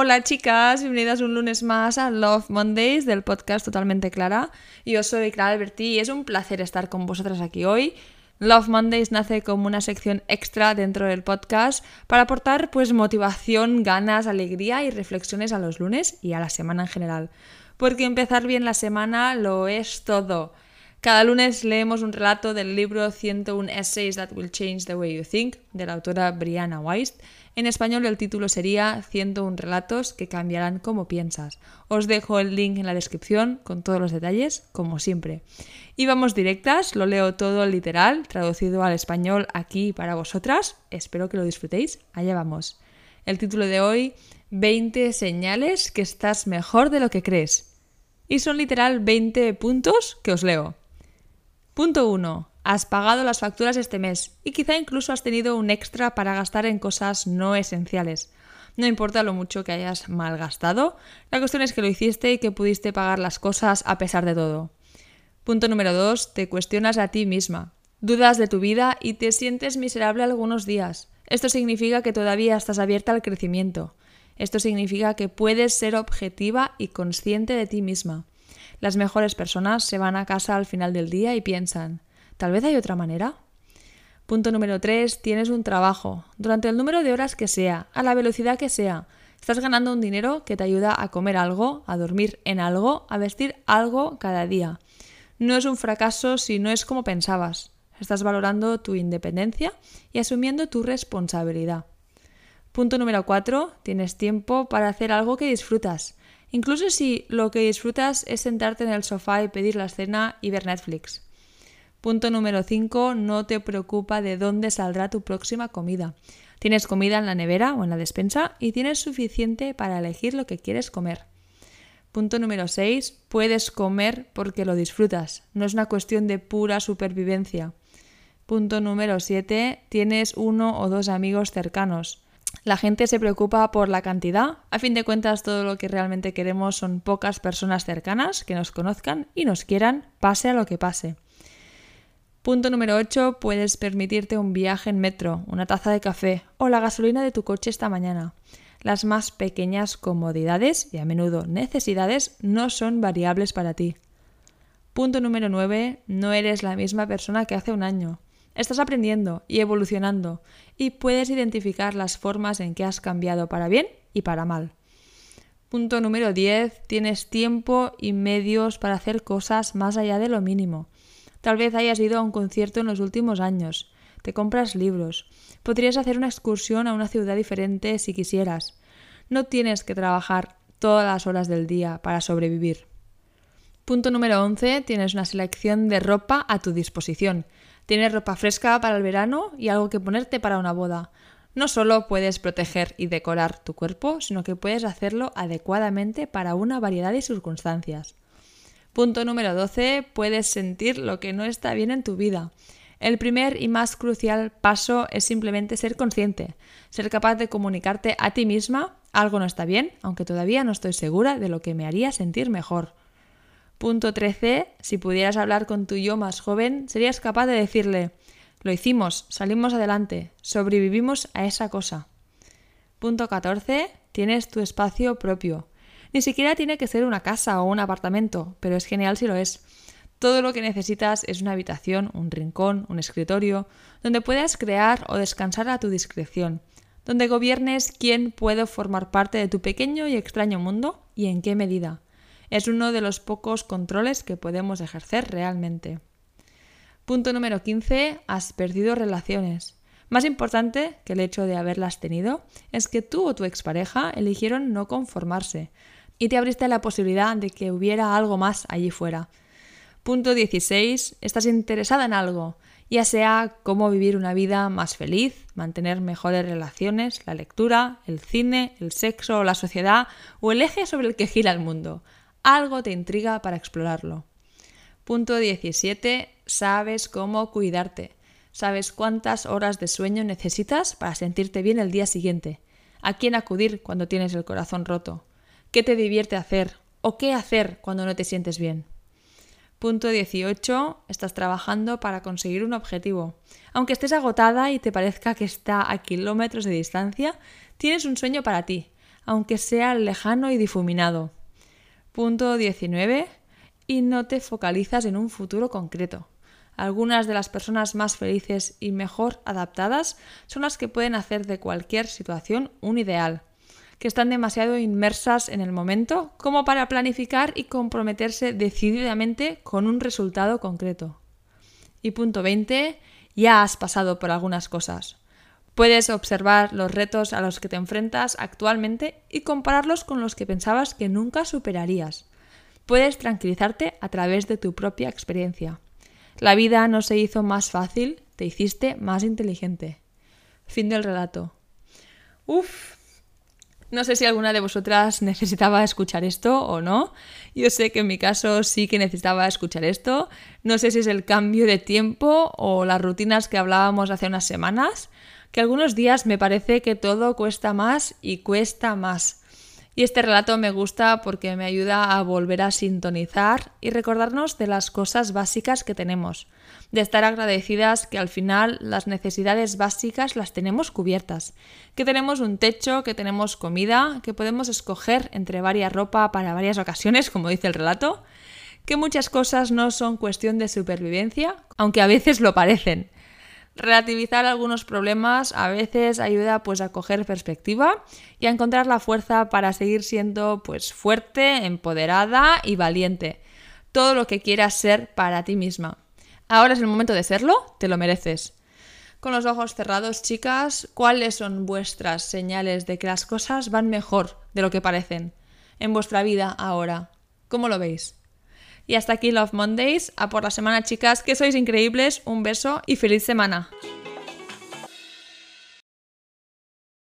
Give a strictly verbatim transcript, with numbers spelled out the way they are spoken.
Hola chicas, bienvenidas un lunes más a Love Mondays del podcast Totalmente Clara. Yo soy Clara Albertí y es un placer estar con vosotras aquí hoy. Love Mondays nace como una sección extra dentro del podcast para aportar pues motivación, ganas, alegría y reflexiones a los lunes y a la semana en general. Porque empezar bien la semana lo es todo. Cada lunes leemos un relato del libro ciento uno Essays That Will Change the Way You Think, de la autora Brianna Wiest. En español el título sería ciento uno relatos que cambiarán cómo piensas. Os dejo el link en la descripción con todos los detalles, como siempre. Y vamos directas, lo leo todo literal, traducido al español aquí para vosotras. Espero que lo disfrutéis. Allá vamos. El título de hoy, veinte señales que estás mejor de lo que crees. Y son literal veinte puntos que os leo. Punto uno. Has pagado las facturas este mes y quizá incluso has tenido un extra para gastar en cosas no esenciales. No importa lo mucho que hayas malgastado, la cuestión es que lo hiciste y que pudiste pagar las cosas a pesar de todo. Punto número dos. Te cuestionas a ti misma. Dudas de tu vida y te sientes miserable algunos días. Esto significa que todavía estás abierta al crecimiento. Esto significa que puedes ser objetiva y consciente de ti misma. Las mejores personas se van a casa al final del día y piensan, ¿tal vez hay otra manera? Punto número tres. Tienes un trabajo. Durante el número de horas que sea, a la velocidad que sea, estás ganando un dinero que te ayuda a comer algo, a dormir en algo, a vestir algo cada día. No es un fracaso si no es como pensabas. Estás valorando tu independencia y asumiendo tu responsabilidad. Punto número cuatro. Tienes tiempo para hacer algo que disfrutas. Incluso si lo que disfrutas es sentarte en el sofá y pedir la cena y ver Netflix. Punto número cinco. No te preocupa de dónde saldrá tu próxima comida. Tienes comida en la nevera o en la despensa y tienes suficiente para elegir lo que quieres comer. Punto número seis. Puedes comer porque lo disfrutas. No es una cuestión de pura supervivencia. Punto número siete. Tienes uno o dos amigos cercanos. La gente se preocupa por la cantidad. A fin de cuentas, todo lo que realmente queremos son pocas personas cercanas que nos conozcan y nos quieran, pase a lo que pase. Punto número ocho. Puedes permitirte un viaje en metro, una taza de café o la gasolina de tu coche esta mañana. Las más pequeñas comodidades y a menudo necesidades no son variables para ti. Punto número nueve. No eres la misma persona que hace un año. Estás aprendiendo y evolucionando y puedes identificar las formas en que has cambiado para bien y para mal. Punto número diez. Tienes tiempo y medios para hacer cosas más allá de lo mínimo. Tal vez hayas ido a un concierto en los últimos años. Te compras libros. Podrías hacer una excursión a una ciudad diferente si quisieras. No tienes que trabajar todas las horas del día para sobrevivir. Punto número once. Tienes una selección de ropa a tu disposición. Tienes ropa fresca para el verano y algo que ponerte para una boda. No solo puedes proteger y decorar tu cuerpo, sino que puedes hacerlo adecuadamente para una variedad de circunstancias. Punto número doce. Puedes sentir lo que no está bien en tu vida. El primer y más crucial paso es simplemente ser consciente, ser capaz de comunicarte a ti misma, algo no está bien, aunque todavía no estoy segura de lo que me haría sentir mejor. Punto trece. Si pudieras hablar con tu yo más joven, serías capaz de decirle, lo hicimos, salimos adelante, sobrevivimos a esa cosa. Punto catorce. Tienes tu espacio propio. Ni siquiera tiene que ser una casa o un apartamento, pero es genial si lo es. Todo lo que necesitas es una habitación, un rincón, un escritorio, donde puedas crear o descansar a tu discreción, donde gobiernes quién puede formar parte de tu pequeño y extraño mundo y en qué medida. Es uno de los pocos controles que podemos ejercer realmente. Punto número quince. Has perdido relaciones. Más importante que el hecho de haberlas tenido es que tú o tu expareja eligieron no conformarse y te abriste la posibilidad de que hubiera algo más allí fuera. Punto dieciséis. Estás interesada en algo, ya sea cómo vivir una vida más feliz, mantener mejores relaciones, la lectura, el cine, el sexo, la sociedad o el eje sobre el que gira el mundo. Algo te intriga para explorarlo. Punto diecisiete. Sabes cómo cuidarte. Sabes cuántas horas de sueño necesitas para sentirte bien el día siguiente. A quién acudir cuando tienes el corazón roto. ¿Qué te divierte hacer? ¿O qué hacer cuando no te sientes bien? Punto dieciocho. Estás trabajando para conseguir un objetivo. Aunque estés agotada y te parezca que está a kilómetros de distancia, tienes un sueño para ti. aunque sea lejano y difuminado. Punto diecinueve. Y no te focalizas en un futuro concreto. Algunas de las personas más felices y mejor adaptadas son las que pueden hacer de cualquier situación un ideal, que están demasiado inmersas en el momento como para planificar y comprometerse decididamente con un resultado concreto. Y punto veinte. Ya has pasado por algunas cosas. Puedes observar los retos a los que te enfrentas actualmente y compararlos con los que pensabas que nunca superarías. Puedes tranquilizarte a través de tu propia experiencia. La vida no se hizo más fácil, te hiciste más inteligente. Fin del relato. Uf, no sé si alguna de vosotras necesitaba escuchar esto o no. Yo sé que en mi caso sí que necesitaba escuchar esto. No sé si es el cambio de tiempo o las rutinas que hablábamos hace unas semanas, que algunos días me parece que todo cuesta más y cuesta más. Y este relato me gusta porque me ayuda a volver a sintonizar y recordarnos de las cosas básicas que tenemos, de estar agradecidas que al final las necesidades básicas las tenemos cubiertas, que tenemos un techo, que tenemos comida, que podemos escoger entre varias ropa para varias ocasiones, como dice el relato, que muchas cosas no son cuestión de supervivencia, aunque a veces lo parecen. Relativizar algunos problemas a veces ayuda pues a coger perspectiva y a encontrar la fuerza para seguir siendo pues fuerte, empoderada y valiente. Todo lo que quieras ser para ti misma. Ahora es el momento de serlo, te lo mereces. Con los ojos cerrados, chicas, ¿cuáles son vuestras señales de que las cosas van mejor de lo que parecen en vuestra vida ahora? ¿Cómo lo veis? Y hasta aquí Love Mondays. A por la semana, chicas, que sois increíbles. Un beso y feliz semana.